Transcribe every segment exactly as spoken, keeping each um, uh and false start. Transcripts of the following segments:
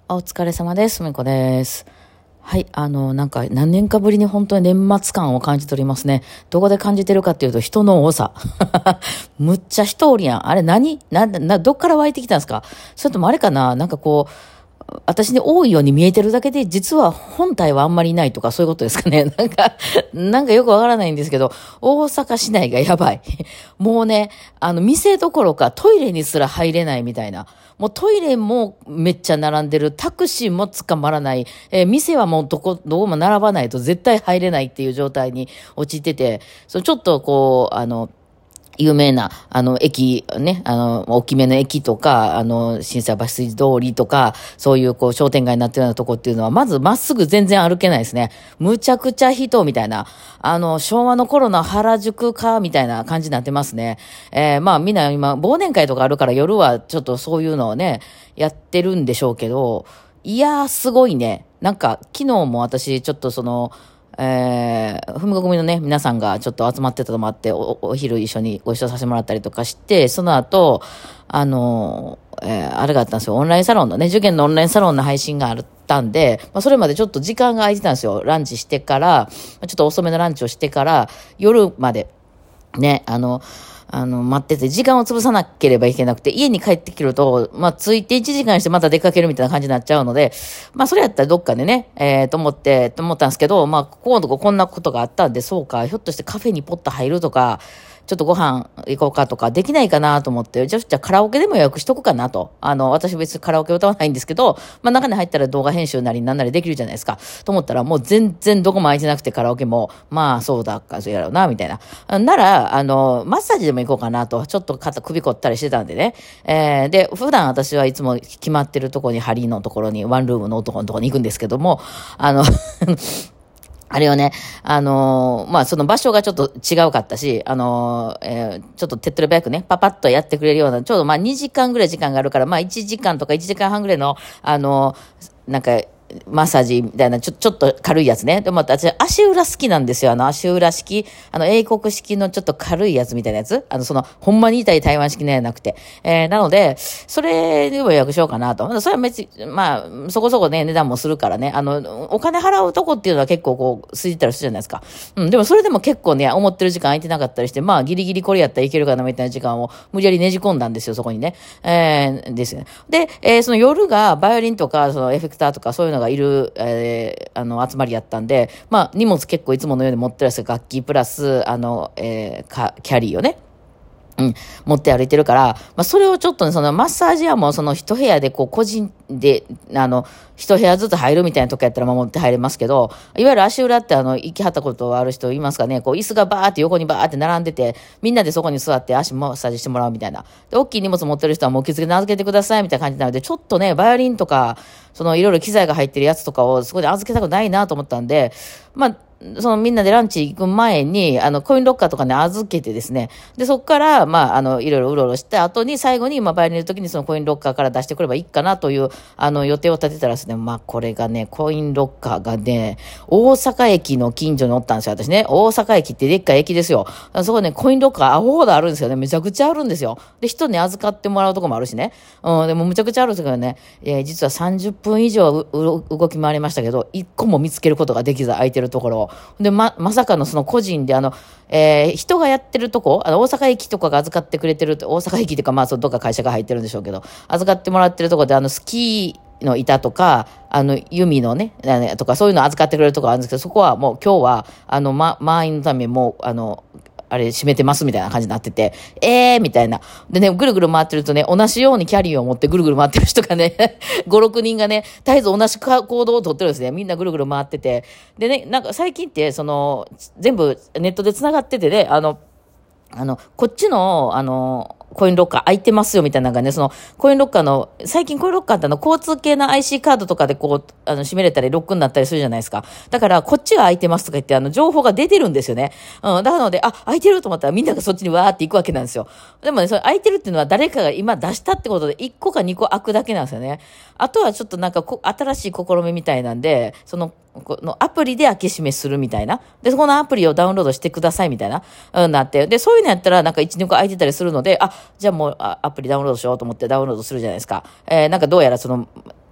お疲れ様です。みこです。はい。あの、なんか何年かぶりに本当に年末感を感じておりますね。どこで感じてるかっていうと人の多さ。むっちゃ人おりやん。あれ何な、な、どっから湧いてきたんですか？それともあれかななんかこう、私に多いように見えてるだけで、実は本体はあんまりいないとかそういうことですかね。なんか、なんかよくわからないんですけど、大阪市内がやばい。もうね、あの、店どころかトイレにすら入れないみたいな。もうトイレもめっちゃ並んでる。タクシーも捕まらない。えー店はもうどこ、どこも並ばないと絶対入れないっていう状態に陥ってて、そのちょっとこう、あの、有名な、あの、駅、ね、あの、大きめの駅とか、あの、新斎橋筋通りとか、そういう、こう、商店街になってるようなとこっていうのは、まずまっすぐ全然歩けないですね。むちゃくちゃ人みたいな、あの、昭和の頃の原宿か、みたいな感じになってますね。えー、まあ、みんな今、忘年会とかあるから夜はちょっとそういうのをね、やってるんでしょうけど、いやー、すごいね。なんか、昨日も私、ちょっとその、えー、ふみこ組のね、皆さんがちょっと集まってたのもあって、お、お昼一緒にご一緒させてもらったりとかして、その後、あの、えー、あれがあったんですよ。オンラインサロンのね、受験のオンラインサロンの配信があったんで、まあ、それまでちょっと時間が空いてたんですよ。ランチしてから、ちょっと遅めのランチをしてから、夜まで、ね、あの、あの、待ってて、時間を潰さなければいけなくて、家に帰ってくると、まあ、着いていちじかんしてまた出かけるみたいな感じになっちゃうので、まあ、それやったらどっかでね、えー、と思って、と思ったんですけど、まあ、ここのとここんなことがあったんで、そうか、ひょっとしてカフェにポッと入るとか、ちょっとご飯行こうかとか、できないかなと思って、じゃあ、じゃあカラオケでも予約しとくかなと。あの、私別にカラオケ歌わないんですけど、まあ、中に入ったら動画編集なりなんなりできるじゃないですか。と思ったら、もう全然どこも空いてなくてカラオケも、まあ、そうだか、そうやろうな、みたいな。なら、あの、マッサージでも行こうかなと、ちょっと肩首凝ったりしてたんでね。えー、で、普段私はいつも決まってるところに、針のところに、ワンルームの男のところに行くんですけども、あの、あれをね、あのーまあ、その場所がちょっと違うかったし、あのーえーちょっと手っ取り早くね、パパッとやってくれるような、ちょうどまあにじかんぐらい時間があるから、まあいちじかんとかいちじかんはんぐらいの、あのーなんか、マッサージみたいな、ちょ、ちょっと軽いやつね。でも私、足裏好きなんですよ。あの、足裏式。あの、英国式のちょっと軽いやつみたいなやつ。あの、その、ほんまに痛い台湾式のやなくて。えー、なので、それでも予約しようかなと。それは別に、まあ、そこそこね、値段もするからね。あの、お金払うとこっていうのは結構こう、空いてたりするじゃないですか。うん、でもそれでも結構ね、思ってる時間空いてなかったりして、まあ、ギリギリこれやったらいけるかなみたいな時間を無理やりねじ込んだんですよ、そこにね。えー、ですよね。で、えー、その夜がバイオリンとか、そのエフェクターとかそういうのがいる、えーえーあの、集まりやったんで、まあ、荷物結構いつものように持ってらっしゃる楽器プラス、あの、えー、か、キャリーをね、うん、持って歩いてるから、まあ、それをちょっとね、そのマッサージ屋もその一部屋でこう個人で、あの、一部屋ずつ入るみたいなとこやったらまあ持って入れますけど、いわゆる足裏ってあの、行きはったことある人いますかね、こう椅子がバーって横にバーって並んでて、みんなでそこに座って足マッサージしてもらうみたいな。で、大きい荷物持ってる人はもう気付けて預けてくださいみたいな感じなので、ちょっとね、バイオリンとか、そのいろいろ機材が入ってるやつとかをそこで預けたくないなと思ったんで、まあ、そのみんなでランチ行く前に、あの、コインロッカーとかに預けてですね、で、そこから、まあ、あの、いろいろうろうろした後に、最後に、まあ、バイオリンの時にそのコインロッカーから出してくればいいかなという、あの、予定を立てたらですね、まあ、これがね、コインロッカーがね、大阪駅の近所におったんですよ、私ね。大阪駅ってでっかい駅ですよ。そこね、コインロッカーアホほどあるんですよね。めちゃくちゃあるんですよ。で、人に預かってもらうとこもあるしね。うん、でもむちゃくちゃあるんですけどね、えー実はさんじゅっぷん以上うう動き回りましたけど、一個も見つけることができず空いてるところを。で、ま、まさかのその個人であの、えー人がやってるとこ、あの、大阪駅とかが預かってくれてる、大阪駅というかまあ、そのどっか会社が入ってるんでしょうけど、預かってもらってるとこであの、スキーの板とか、あの、弓のね、とかそういうの預かってくれるとこあるんですけど、そこはもう今日は、あの、ま、満員のためもう、あの、あれ閉めてますみたいな感じになってて、えーみたいな。でね、ぐるぐる回ってるとね、同じようにキャリーを持ってぐるぐる回ってる人がね、ご、ろくにんがね、絶えず同じ行動をとってるんですね。みんなぐるぐる回ってて。でね、なんか最近って、その、全部ネットで繋がっててね、あの、あの、こっちの、あの、コインロッカー空いてますよみたいなのがね、その、コインロッカーの、最近コインロッカーってあの、交通系の アイシー カードとかでこう、あの、閉めれたりロックになったりするじゃないですか。だから、こっちが空いてますとか言って、あの、情報が出てるんですよね。うん、だからので、あ、空いてると思ったらみんながそっちにわーって行くわけなんですよ。でもね、それ空いてるっていうのは誰かが今出したってことで、いっこかにこ開くだけなんですよね。あとはちょっとなんかこ、新しい試みみたいなんで、その、このアプリで開け閉めするみたいな。で、そこのアプリをダウンロードしてくださいみたいな、うん、なって。で、そういうのやったらなんかいち、にこ空いてたりするので、あ、じゃあもうあアプリダウンロードしようと思ってダウンロードするじゃないですか。えー、なんかどうやらその、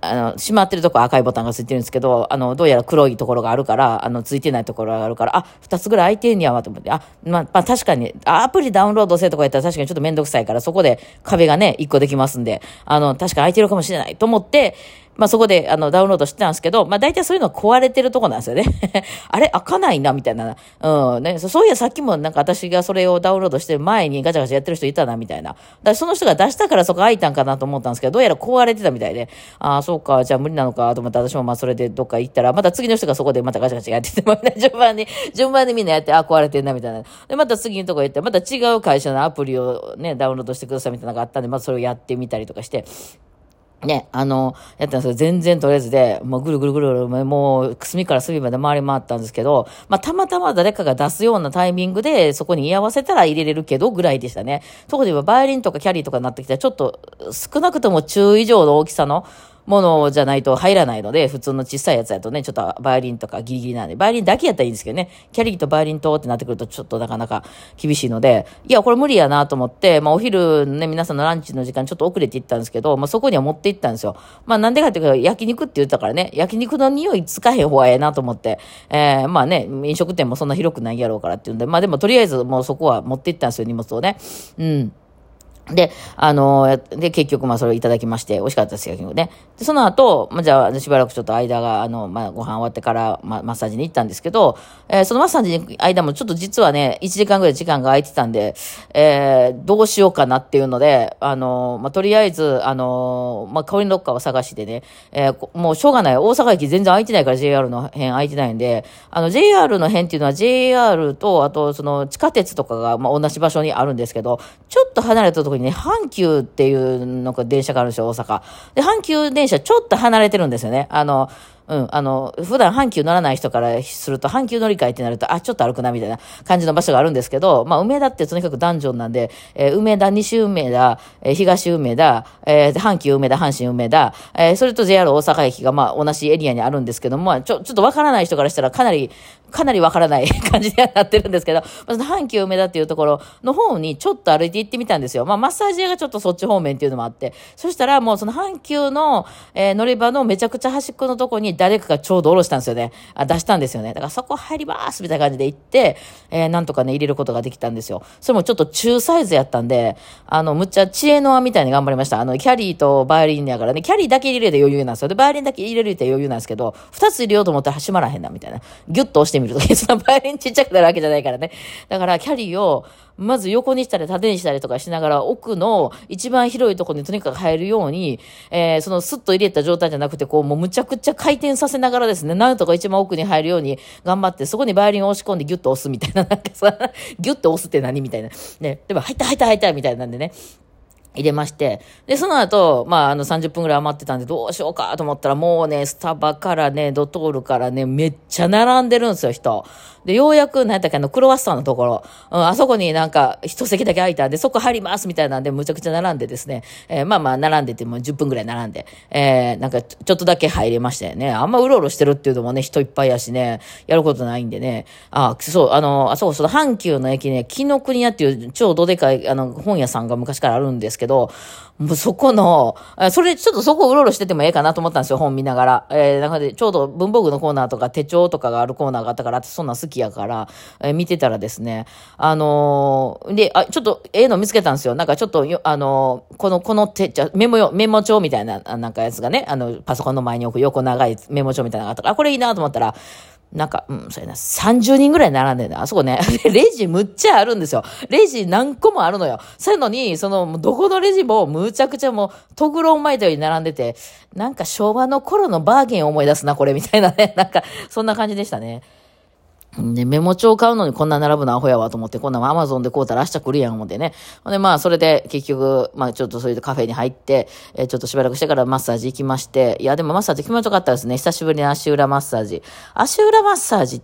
あの、閉まってるとこ赤いボタンがついてるんですけど、あの、どうやら黒いところがあるから、あの、ついてないところがあるから、あ、二つぐらい空いてんやわと思って、あ、まあ、まあ、確かに、アプリダウンロードせとかやったら確かにちょっとめんどくさいから、そこで壁がね、一個できますんで、あの、確かに空いてるかもしれないと思って、まあそこであのダウンロードしてたんですけど、まあ大体そういうのは壊れてるとこなんですよね。あれ開かないな、みたいな。うん。ね、そういやさっきもなんか私がそれをダウンロードしてる前にガチャガチャやってる人いたな、みたいな。だからその人が出したからそこ開いたんかなと思ったんですけど、どうやら壊れてたみたいで、ああ、そうか、じゃあ無理なのかと思って私もまあそれでどっか行ったら、また次の人がそこでまたガチャガチャやってて、また順番に、順番にみんなやって、あ、壊れてんな、みたいな。で、また次のとこ行って、また違う会社のアプリをね、ダウンロードしてくださいみたいなのがあったんで、まずそれをやってみたりとかして、ね、あの、やったんですけど、全然取れずで、もうぐるぐるぐるぐる、もう隅から隅まで回り回ったんですけど、まあ、たまたま誰かが出すようなタイミングで、そこに居合わせたら入れれるけど、ぐらいでしたね。そこではバイオリンとかキャリーとかになってきたら、ちょっと少なくとも中以上の大きさの、ものじゃないと入らないので、普通の小さいやつやとね、ちょっとバイオリンとかギリギリなんで、バイオリンだけやったらいいんですけどね、キャリーとバイオリンとってなってくるとちょっとなかなか厳しいので、いや、これ無理やなと思って、まあお昼ね、皆さんのランチの時間ちょっと遅れて行ったんですけど、まあそこには持って行ったんですよ。まあなんでかっていうと、焼肉って言ったからね、焼肉の匂いつかへん方がええなと思って、えー、まあね、飲食店もそんな広くないやろうからっていうんで、まあでもとりあえずもうそこは持って行ったんですよ、荷物をね。うん。で、あのー、で、結局、まあ、それをいただきまして、美味しかったですよ、結局ね。で、その後、まあ、じゃあ、しばらくちょっと間が、あの、まあ、ご飯終わってから、まあ、マッサージに行ったんですけど、えー、そのマッサージに間も、ちょっと実はね、いちじかんぐらい時間が空いてたんで、えー、どうしようかなっていうので、あのー、まあ、とりあえず、あのー、まあ、香りのロッカーを探してね、えー、もうしょうがない。大阪駅全然空いてないから ジェイアール の辺空いてないんで、あの、ジェイアール の辺っていうのは ジェイアール と、あと、その、地下鉄とかが、まあ、同じ場所にあるんですけど、ちょっと離れたところにね、阪急っていうのが電車があるんですよ、大阪。で、阪急電車ちょっと離れてるんですよね。あの、うん、あの、普段阪急乗らない人からすると、阪急乗り換えってなると、あ、ちょっと歩くな、みたいな感じの場所があるんですけど、まあ、梅田ってとにかくダンジョンなんで、えー、梅田、西梅田、えー、東梅田、えー、阪急梅田、阪神梅田、えー、それと ジェイアール 大阪駅が、まあ、同じエリアにあるんですけども、まあ、ちょ、ちょっとわからない人からしたら、かなり、かなりわからない感じにはなってるんですけど、まあ、その阪急梅田っていうところの方にちょっと歩いて行ってみたんですよ。まあ、マッサージ屋がちょっとそっち方面っていうのもあって、そしたらもうその阪急の、えー、乗り場のめちゃくちゃ端っこのとこに誰かがちょうど下ろしたんですよね。あ、出したんですよね。だからそこ入りますみたいな感じで行って、えー、なんとかね、入れることができたんですよ。それもちょっと中サイズやったんで、あの、むっちゃ知恵の輪みたいに頑張りました。あの、キャリーとバイオリンやからね、キャリーだけ入れるで余裕なんですよ。で、バイオリンだけ入れるって余裕なんですけど、二つ入れようと思ったら閉まらへんな、みたいな。ギュッと押してみると、そのバイオリンちっちゃくなるわけじゃないからね。だから、キャリーを、まず横にしたり縦にしたりとかしながら奥の一番広いところにとにかく入るように、えー、そのスッと入れた状態じゃなくて、こう、もうむちゃくちゃ回転させながらですね、なんとか一番奥に入るように頑張って、そこにバイオリンを押し込んでギュッと押すみたいな、なんかさ、ギュッと押すって何みたいな。ね。でも、入った入った入ったみたいなんでね。入れまして。で、その後、まあ、あの、さんじゅっぷんぐらい余ってたんで、どうしようかと思ったら、もうね、スタバからね、ドトールからね、めっちゃ並んでるんですよ、人。で、ようやく、なんやったっけ、あの、クロワッサンのところ、うん、あそこになんか、一席だけ空いたんで、そこ入りますみたいなんで、むちゃくちゃ並んでですね、えー、まあまあ、並んでてもじゅっぷんぐらい並んで、えー、なんか、ちょっとだけ入れましたよね。あんまうろうろしてるっていうのもね、人いっぱいやしね、やることないんでね。あ、そう、あの、あそこ、その阪急の駅ね、紀ノ国屋っていう超どでかい、あの、本屋さんが昔からあるんですけど、もうそこの、それちょっとそこうろうろしててもええかなと思ったんですよ、本見ながら。えー、なんかで、ちょうど文房具のコーナーとか手帳とかがあるコーナーがあったから、そんなん好きやから、えー、見てたらですね、あのー、で、あ、ちょっとええの見つけたんですよ。なんかちょっと、あのー、この、この手、じゃメモよ、メモ帳みたいな、なんかやつがね、あの、パソコンの前に置く横長いメモ帳みたいなのがあったから、あ、これいいなと思ったら、なんか、うん、そうやな、さんじゅうにんぐらい並んでるね。あそこね、レジむっちゃあるんですよ。レジ何個もあるのよ。そういうのに、その、どこのレジもむちゃくちゃもう、とぐろを巻いたように並んでて、なんか昭和の頃のバーゲンを思い出すな、これ、みたいなね。なんか、そんな感じでしたね。で、メモ帳買うのにこんな並ぶのアホやわと思って、こんなアマゾンで買うたら明日来るやん思ってね。ほんで、まあ、それで結局、まあ、ちょっとそれでカフェに入って、えー、ちょっとしばらくしてからマッサージ行きまして、いや、でもマッサージ気持ちよかったですね。久しぶりに足裏マッサージ。足裏マッサージって、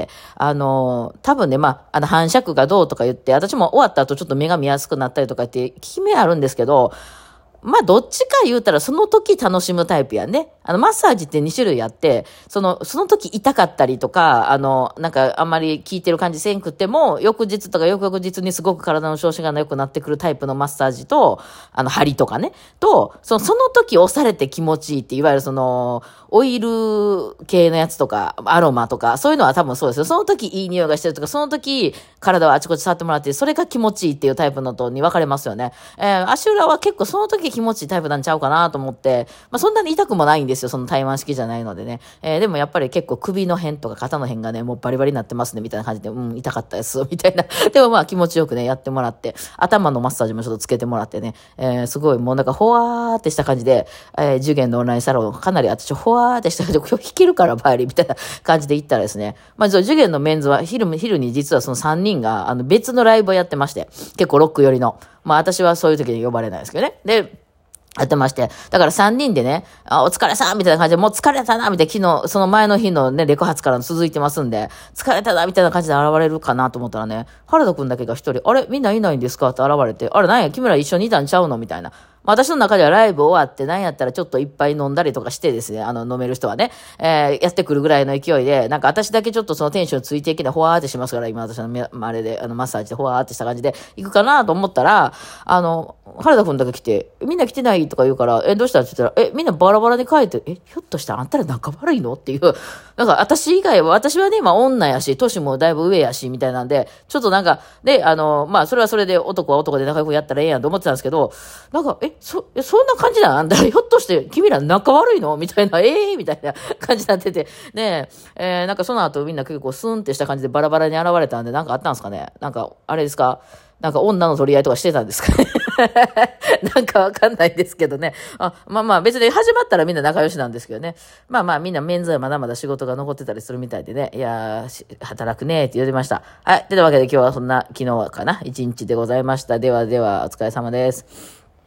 あのー、多分ね、まあ、あの、反射区がどうとか言って、私も終わった後ちょっと目が見やすくなったりとかって、効き目あるんですけど、 まあ、どっちか言うたらその時楽しむタイプやね。あの、マッサージってに種類あって、その、その時痛かったりとか、あの、なんかあんまり効いてる感じせんくっても、翌日とか翌々日にすごく体の調子が良くなってくるタイプのマッサージと、あの、針とかね、と、その、その時押されて気持ちいいって、いわゆるその、オイル系のやつとか、アロマとか、そういうのは多分そうですよ。その時いい匂いがしてるとか、その時体をあちこち触ってもらって、それが気持ちいいっていうタイプのとに分かれますよね。えー、足裏は結構その時気持ちいいタイプなんちゃうかなと思って、まあそんなに痛くもないんですよ。その台湾式じゃないのでね。えー、でもやっぱり結構首の辺とか肩の辺がね、もうバリバリになってますね、みたいな感じで、うん、痛かったです、みたいな。でもまあ気持ちよくね、やってもらって、頭のマッサージもちょっとつけてもらってね、えー、すごいもうなんかほわーってした感じで、えー、受験のオンラインサロン、かなり私ほわーってした感じで、今日弾けるからバイオリンみたいな感じで行ったらですね、まあ受験のメンズは昼、昼に実はそのさんにんが、あの別のライブをやってまして、結構ロック寄りの。まあ私はそういう時に呼ばれないですけどね。で、やってまして。だからさんにんでね、あ、お疲れさんみたいな感じで、もう疲れたなみたいな、昨日、その前の日のね、レコ発から続いてますんで、疲れたなみたいな感じで現れるかなと思ったらね、原田くんだけが一人、あれみんないないんですかって現れて、あれなんや、木村一緒にいたんちゃうのみたいな。私の中ではライブ終わってなんやったらちょっといっぱい飲んだりとかしてですね、あの飲める人はね、えー、やってくるぐらいの勢いで、なんか私だけちょっとそのテンションついていけない、ほわーってしますから、今私のあれで、あのマッサージでほわーってした感じで行くかなと思ったら、あの、原田くんだけ来て、みんな来てないとか言うから、え、どうしたって言ったら、え、みんなバラバラに帰って、え、ひょっとしたらあんたら仲悪いのっていう、なんか私以外は、私はね、まあ女やし、年もだいぶ上やし、みたいなんで、ちょっとなんか、で、あの、まあそれはそれで男は男で仲良くやったらええやんと思ってたんですけど、なんか、え、そ、そんな感じなんだ。ひょっとして君ら仲悪いのみたいな、ええー、みたいな感じになってて、ねえ、えー、なんかその後みんな結構スンってした感じでバラバラに現れたんで、なんかあったんですかね。なんか、あれですか、なんか女の取り合いとかしてたんですかね。なんかわかんないですけどね。あ、まあまあ別に始まったらみんな仲良しなんですけどね。まあまあみんなメンズはまだまだ仕事が残ってたりするみたいでね。いやー、働くねーって言ってました。はい。というわけで今日はそんな昨日かな。一日でございました。ではではお疲れ様です。